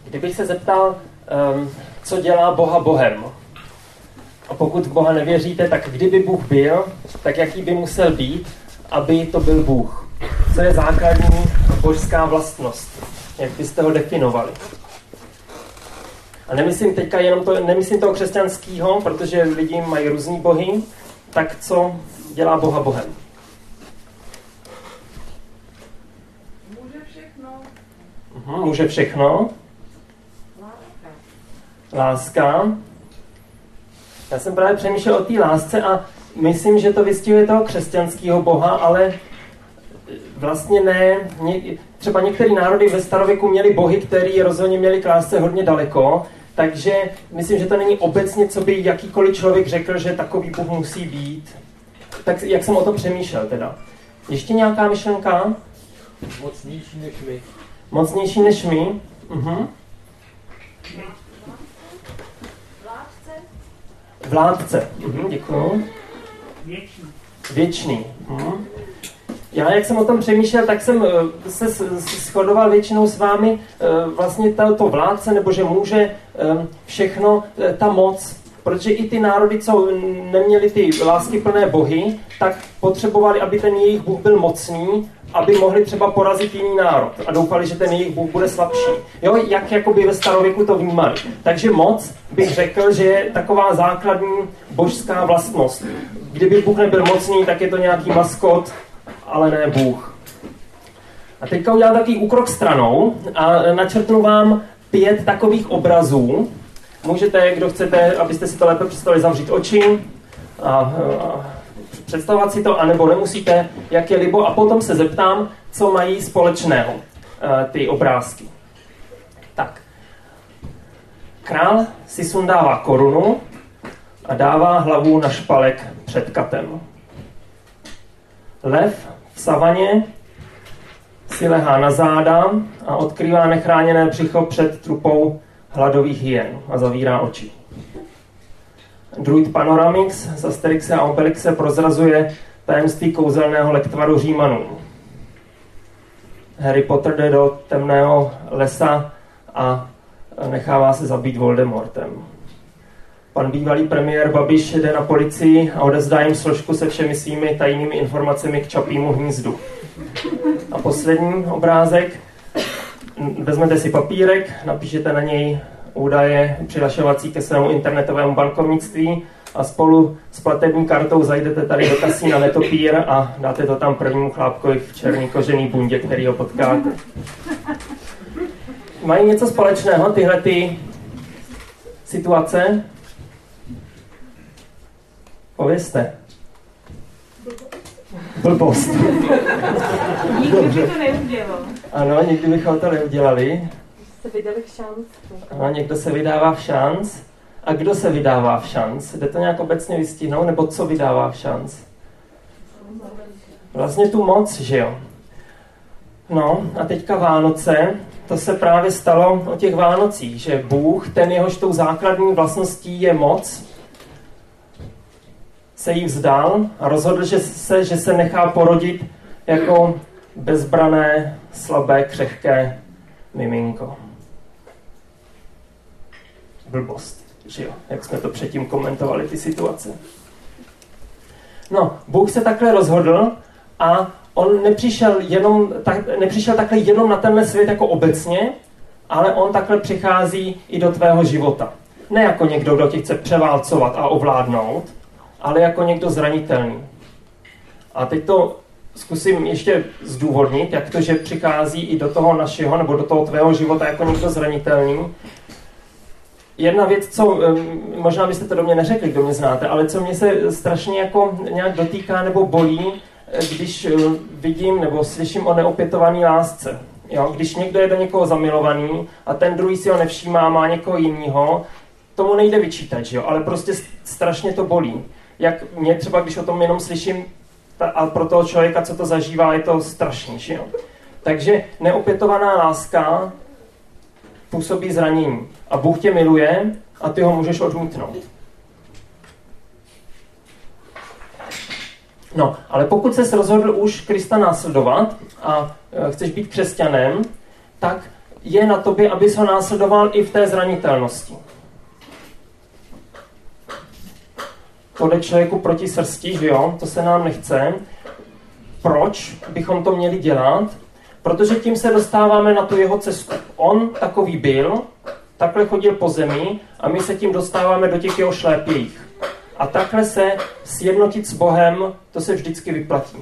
Kdybych se zeptal, co dělá Boha Bohem, a pokud v Boha nevěříte, tak kdyby Bůh byl, tak jaký by musel být, aby to byl Bůh? Co je základní božská vlastnost? Jak byste ho definovali? A nemyslím teďka nemyslím toho křesťanského, protože lidi mají různý bohy, tak co dělá Boha Bohem? Může všechno. Může všechno. Láska. Já jsem právě přemýšlel o té lásce a myslím, že to vystihuje toho křesťanského Boha, ale vlastně ne. Třeba některé národy ve starověku měli bohy, který rozhodně měli k lásce hodně daleko, takže myslím, že to není obecně, co by jakýkoliv člověk řekl, že takový Bůh musí být. Tak jak jsem o tom přemýšlel teda? Ještě nějaká myšlenka? Mocnější než my. Mocnější než my? Vládce. Děkuju. Věčný. Já, jak jsem o tom přemýšlel, tak jsem se shodoval většinou s vámi vlastně to vládce, nebo že může všechno, ta moc. Protože i ty národy, co neměli ty láskyplné bohy, tak potřebovali, aby ten jejich Bůh byl mocný, aby mohli třeba porazit jiný národ. A doufali, že ten jejich Bůh bude slabší. Jo, jak jakoby ve starověku to vnímali. Takže moc bych řekl, že je taková základní božská vlastnost. Kdyby Bůh nebyl mocný, tak je to nějaký maskot, ale ne Bůh. A teďka udělám takový úkrok stranou a načrtnu vám 5 takových obrazů. Můžete, kdo chcete, abyste si to lépe představili, zavřít oči a představovat si to, anebo nemusíte, jak je libo, a potom se zeptám, co mají společného ty obrázky. Tak. Král si sundává korunu a dává hlavu na špalek před katem. Lev v savaně si lehá na záda a odkrývá nechráněné břicho před trupou hladových hyen a zavírá oči. Druid Panoramix z Asterixe a Obelixe prozrazuje tajemství kouzelného lektvaru Římanů. Harry Potter jde do temného lesa a nechává se zabít Voldemortem. Pan bývalý premiér Babiš jde na policii a odezdá jim složku se všemi svými tajnými informacemi k Čapímu hnízdu. A poslední obrázek. Vezmete si papírek, napíšete na něj údaje přihlašovací ke svému internetovému bankovnictví a spolu s platební kartou zajdete tady do kasína Netopír a dáte to tam prvnímu chlápkovi v černý kožený bundě, který ho potkáte. Mají něco společného tyhle ty situace? Povězte. Blbost. Nikdy by to neudělal. Ano, nikdy bychom to neudělali. Se vydali v šanc. Ano, někdo se vydává v šanc. A kdo se vydává v šanc? Jde to nějak obecně vystihnout? Nebo co vydává v šanc? Vlastně tu moc, že jo? No, a teďka Vánoce, to se právě stalo o těch Vánocích, že Bůh, ten jehož tou základní vlastností je moc, se jí vzdal a rozhodl, že se nechá porodit jako bezbrané, slabé, křehké miminko. Blbost, že jo? Jak jsme to předtím komentovali, ty situace. No, Bůh se takhle rozhodl a on nepřišel takhle jenom na tenhle svět jako obecně, ale on takhle přichází i do tvého života. Ne jako někdo, kdo tě chce převálcovat a ovládnout, ale jako někdo zranitelný. A teď to zkusím ještě zdůvodnit, jak to, že přichází i do toho našeho, nebo do toho tvého života jako někdo zranitelný. Jedna věc, co možná byste to do mě neřekli, kdo mě znáte, ale co mě se strašně jako nějak dotýká nebo bolí, když vidím nebo slyším o neopětované lásce. Jo? Když někdo je do někoho zamilovaný a ten druhý si ho nevšímá, má někoho jiného, tomu nejde vyčítat, že jo? Ale prostě strašně to bolí. Jak mě třeba, když o tom jenom slyším, a pro toho člověka, co to zažívá, je to strašný, že jo? Takže neopětovaná láska působí zranění. A Bůh tě miluje a ty ho můžeš odmítnout. No, ale pokud ses rozhodl už Krista následovat a chceš být křesťanem, tak je na tobě, abys ho následoval i v té zranitelnosti. To jde člověku proti srsti, že jo? To se nám nechce. Proč bychom to měli dělat? Protože tím se dostáváme na tu jeho cestu. On takový byl, takhle chodil po zemi a my se tím dostáváme do těch jeho šlépějích. A takhle se sjednotit s Bohem, to se vždycky vyplatí.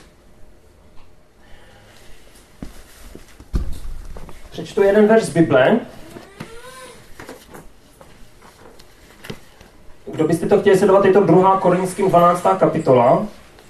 Přečtu jeden verš z Bible. Kdo byste to chtěli sledovat, je to 2. Korinským 12. kapitola.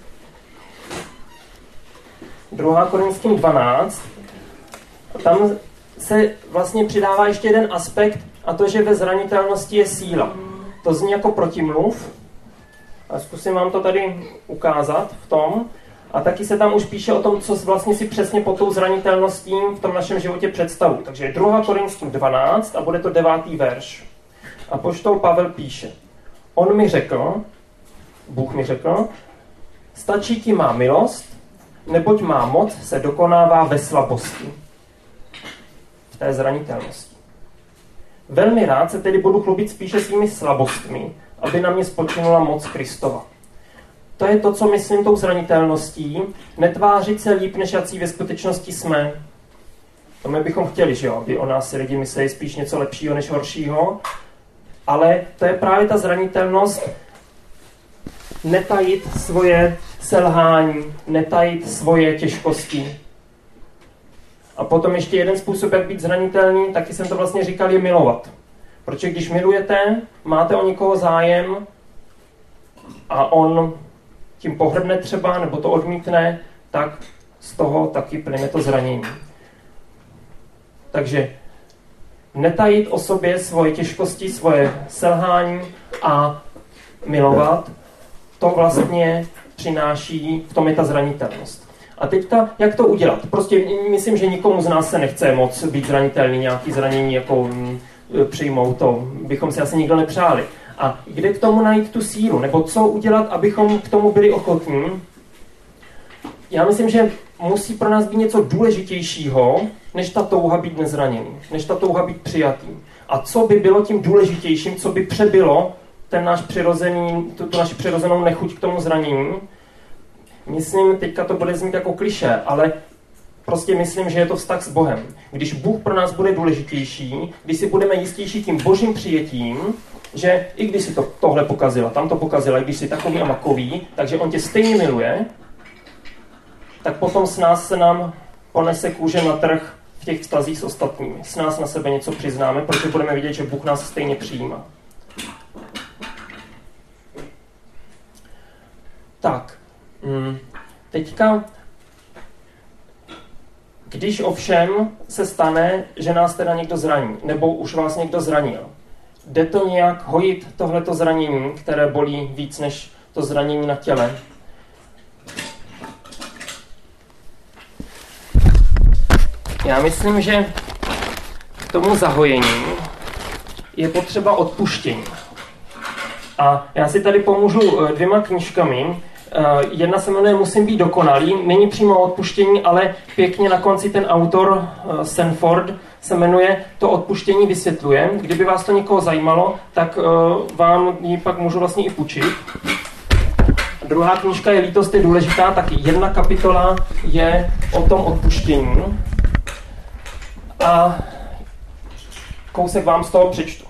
2. Korinským 12. Tam se vlastně přidává ještě jeden aspekt, a to, že ve zranitelnosti je síla. To zní jako protimluv. A zkusím vám to tady ukázat v tom. A taky se tam už píše o tom, co vlastně si přesně pod tou zranitelností v tom našem životě představu. Takže 2. Korinským 12 a bude to 9. verš. Apoštol Pavel píše: On mi řekl, Bůh mi řekl, stačí ti má milost, neboť má moc se dokonává ve slabosti. V té zranitelnosti. Velmi rád se tedy budu chlubit spíše svými slabostmi, aby na mě spočinula moc Kristova. To je to, co myslím tou zranitelností, netvářit se líp, než jací ve skutečnosti jsme. To my bychom chtěli, že jo, aby o nás si lidi mysleli spíš něco lepšího než horšího, ale to je právě ta zranitelnost, netajit svoje selhání, netajit svoje těžkosti. A potom ještě jeden způsob, jak být zranitelný, taky jsem to vlastně říkal, je milovat. Protože když milujete, máte o někoho zájem a on tím pohrdne třeba, nebo to odmítne, tak z toho taky plyne to zranění. Takže netajit o sobě svoje těžkosti, svoje selhání a milovat, to vlastně přináší, v tom je ta zranitelnost. A teďka, jak to udělat? Prostě myslím, že nikomu z nás se nechce moc být zranitelný, nějaký zranění jako přijmout, to bychom si asi nikdo nepřáli. A kde k tomu najít tu sílu? Nebo co udělat, abychom k tomu byli ochotní? Já myslím, že musí pro nás být něco důležitějšího, než ta touha být nezraněný, než ta touha být přijatý. A co by bylo tím důležitějším, co by přebylo ten náš přirozený, tu naši přirozenou nechuť k tomu zranění? Myslím, teďka to bude znít jako klišé, ale prostě myslím, že je to vztah s Bohem. Když Bůh pro nás bude důležitější, když si budeme jistější tím božím přijetím, že i když si tohle pokazila, tam to pokazila, i když si takový a makový, takže on tě stejně miluje, tak potom s nás se nám ponese kůže na trh v těch vztazích s ostatními. S nás na sebe něco přiznáme, protože budeme vidět, že Bůh nás stejně přijímá. Tak, teďka, když ovšem se stane, že nás teda někdo zraní, nebo už vás někdo zranil, jde to nějak hojit tohleto zranění, které bolí víc než to zranění na těle? Já myslím, že k tomu zahojení je potřeba odpuštění. A já si tady pomůžu 2 knížkami. Jedna se jmenuje Musím být dokonalý, není přímo o odpuštění, ale pěkně na konci ten autor Sanford se jmenuje To odpuštění vysvětluje. Kdyby vás to někoho zajímalo, tak vám ji pak můžu vlastně i půjčit. Druhá knížka je Lítost je důležitá, taky 1 kapitola je o tom odpuštění. A kousek vám z toho přečtu.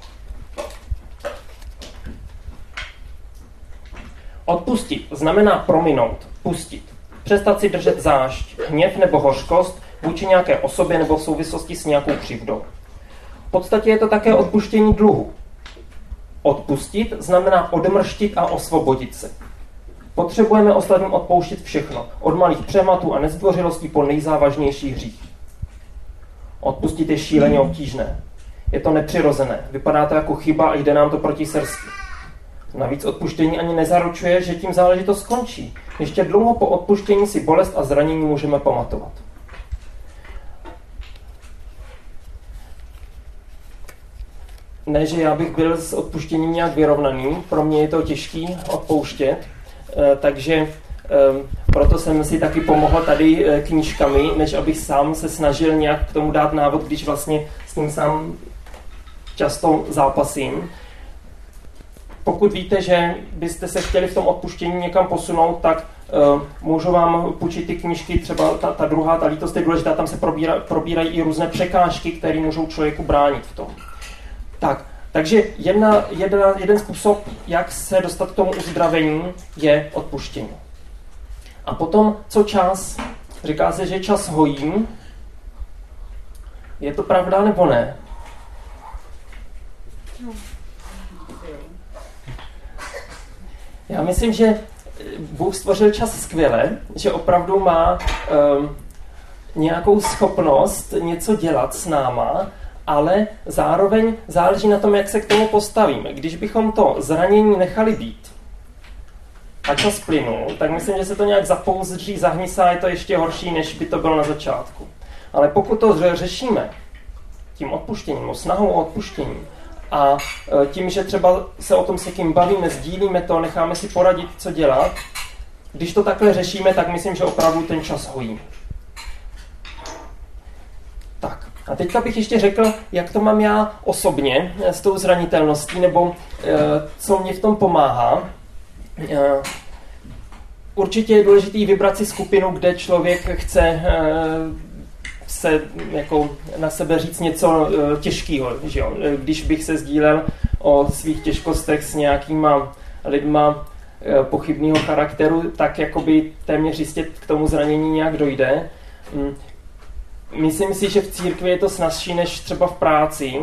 Odpustit znamená prominout, pustit. Přestat si držet zášť, hněv nebo hořkost vůči nějaké osobě nebo v souvislosti s nějakou křivdou. V podstatě je to také odpuštění dluhu. Odpustit znamená odmrštit a osvobodit se. Potřebujeme ostatním odpouštět všechno, od malých přehmatů a nezdvořilostí po nejzávažnější hřích. Odpustit je šíleně obtížné. Je to nepřirozené, vypadá to jako chyba a jde nám to proti srsti. Navíc odpuštění ani nezaručuje, že tím záležitost skončí. Ještě dlouho po odpuštění si bolest a zranění můžeme pamatovat. Ne, že já bych byl s odpuštěním nějak vyrovnaný, pro mě je to těžký odpouštět, takže proto jsem si taky pomohl tady knížkami, než abych sám se snažil nějak k tomu dát návod, když vlastně s tím sám často zápasím. Pokud víte, že byste se chtěli v tom odpuštění někam posunout, tak můžu vám půjčit ty knížky, třeba ta druhá, ta lítost je důležitá, tam se probírají i různé překážky, které můžou člověku bránit v tom. Takže jeden způsob, jak se dostat k tomu uzdravení, je odpuštění. A potom, co čas? Říká se, že čas hojí. Je to pravda nebo ne? Já myslím, že Bůh stvořil čas skvěle, že opravdu má nějakou schopnost něco dělat s náma, ale zároveň záleží na tom, jak se k tomu postavíme. Když bychom to zranění nechali být a čas plynul, tak myslím, že se to nějak zapouzdří, zahnisá, je to ještě horší, než by to bylo na začátku. Ale pokud to řešíme tím odpuštěním, snahou o odpuštění, a tím, že třeba se o tom s někým bavíme, sdílíme to, necháme si poradit, co dělat, když to takhle řešíme, tak myslím, že opravdu ten čas hojí. Tak, a teďka bych ještě řekl, jak to mám já osobně s tou zranitelností, nebo co mě v tom pomáhá. Určitě je důležité vybrat si skupinu, kde člověk chce se jako na sebe říct něco těžkého. Že jo? Když bych se sdílel o svých těžkostech s nějakýma lidma pochybného charakteru, tak jakoby téměř jistě k tomu zranění nějak dojde. Myslím si, že v církvi je to snazší než třeba v práci,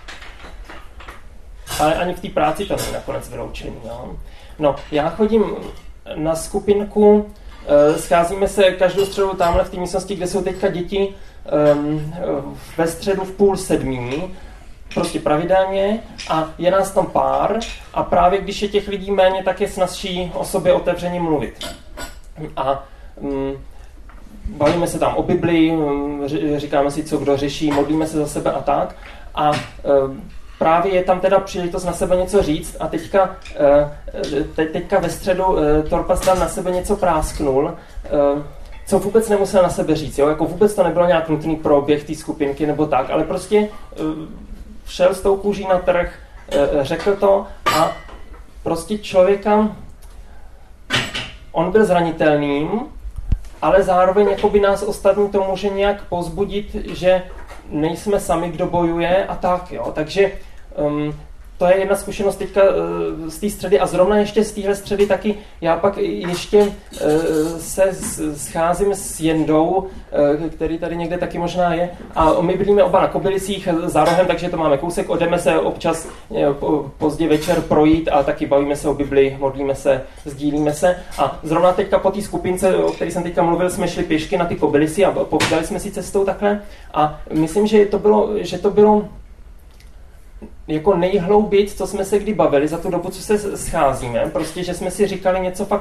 ale ani v té práci to není nakonec vyloučený. No, já chodím na skupinku, scházíme se každou středu tamhle v té místnosti, kde jsou teďka děti, ve středu v 6:30, prostě pravidelně, a je nás tam pár a právě když je těch lidí méně, tak je snazší o sobě otevřeně mluvit. A bavíme se tam o Biblii, říkáme si, co kdo řeší, modlíme se za sebe a tak. A právě je tam teda příležitost na sebe něco říct a teďka ve středu Torpas tam na sebe něco prásknul, co vůbec nemusel na sebe říct, jo? Jako vůbec to nebylo nějak nutný proběh té skupinky nebo tak, ale prostě šel s tou kůží na trh, řekl to a prostě člověka, on byl zranitelným, ale zároveň jakoby nás ostatní to může nějak povzbudit, že nejsme sami, kdo bojuje a tak, jo. Takže to je jedna zkušenost teďka z té středy a zrovna ještě z téhle středy taky já pak ještě se scházím s Jendou, který tady někde taky možná je, a my bydlíme oba na Kobylisích za rohem, takže to máme kousek, jdeme se občas pozdě večer projít a taky bavíme se o Biblii, modlíme se, sdílíme se a zrovna teďka po té skupince, o které jsem teďka mluvil, jsme šli pěšky na ty Kobylisy a povídali jsme si cestou takhle a myslím, že to bylo jako nejhlouběji, co jsme se kdy bavili za tu dobu, co se scházíme, prostě, že jsme si říkali něco fakt,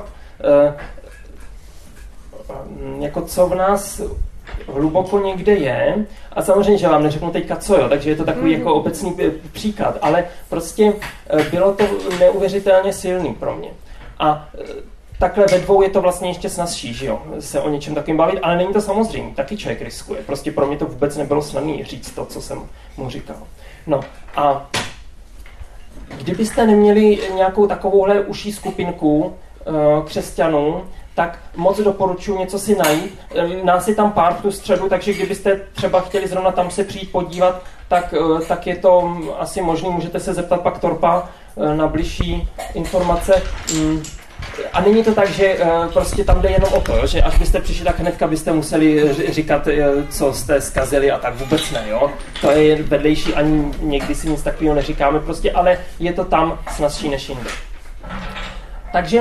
jako co v nás hluboko někde je, a samozřejmě, že vám neřeknu teďka co, jo, takže je to takový jako obecný příklad, ale prostě bylo to neuvěřitelně silný pro mě. A takhle ve dvou je to vlastně ještě snazší, že jo, se o něčem takovým bavit, ale není to samozřejmě, taky člověk riskuje. Prostě pro mě to vůbec nebylo snadné říct to, co jsem mu říkal. No a kdybyste neměli nějakou takovouhle užší skupinku křesťanů, tak moc doporučuji něco si najít. Nás je tam pár v tu středu, takže kdybyste třeba chtěli zrovna tam se přijít podívat, tak je to asi možný, můžete se zeptat pak Torpa na bližší informace. A není to tak, že prostě tam jde jenom o to, že až byste přišli, tak hnedka byste museli říkat, co jste zkazili a tak vůbec ne, jo. To je vedlejší, ani někdy si nic takového neříkáme prostě, ale je to tam snazší než jinde. Takže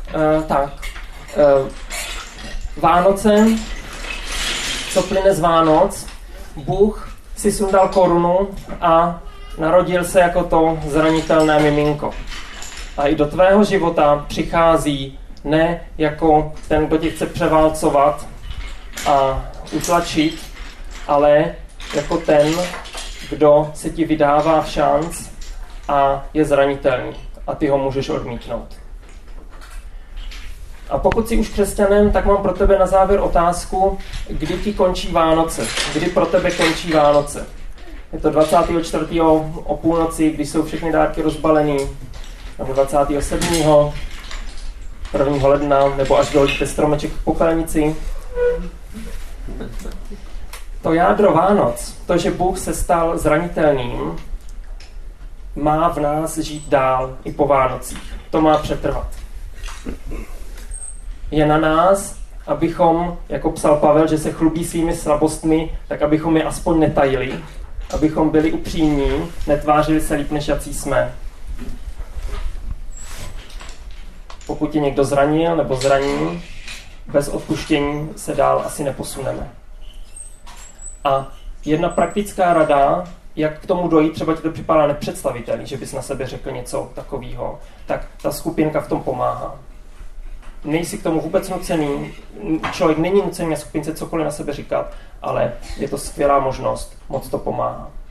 Vánoce, co plyne z Vánoc, Bůh si sundal korunu a narodil se jako to zranitelné miminko. A i do tvého života přichází ne jako ten, kdo tě chce převálcovat a utlačit, ale jako ten, kdo se ti vydává šanc a je zranitelný. A ty ho můžeš odmítnout. A pokud jsi už křesťanem, tak mám pro tebe na závěr otázku, kdy ti končí Vánoce? Kdy pro tebe končí Vánoce? Je to 24. o půlnoci, když jsou všechny dárky rozbalený, nebo 27. 1. ledna, nebo až dohodíte stromeček k popelnici. To jádro Vánoc, to, že Bůh se stal zranitelným, má v nás žít dál i po Vánocích. To má přetrvat. Je na nás, abychom, jako psal Pavel, že se chlubí svými slabostmi, tak abychom je aspoň netajili, abychom byli upřímní, netvářili se líp, než jací jsme. Pokud tě někdo zranil nebo zraní, bez odpuštění se dál asi neposuneme. A jedna praktická rada, jak k tomu dojít, třeba ti to připadá nepředstavitelný, že bys na sebe řekl něco takového, tak ta skupinka v tom pomáhá. Nejsi k tomu vůbec nucený, člověk není nucený na skupince cokoliv na sebe říkat, ale je to skvělá možnost, moc to pomáhá.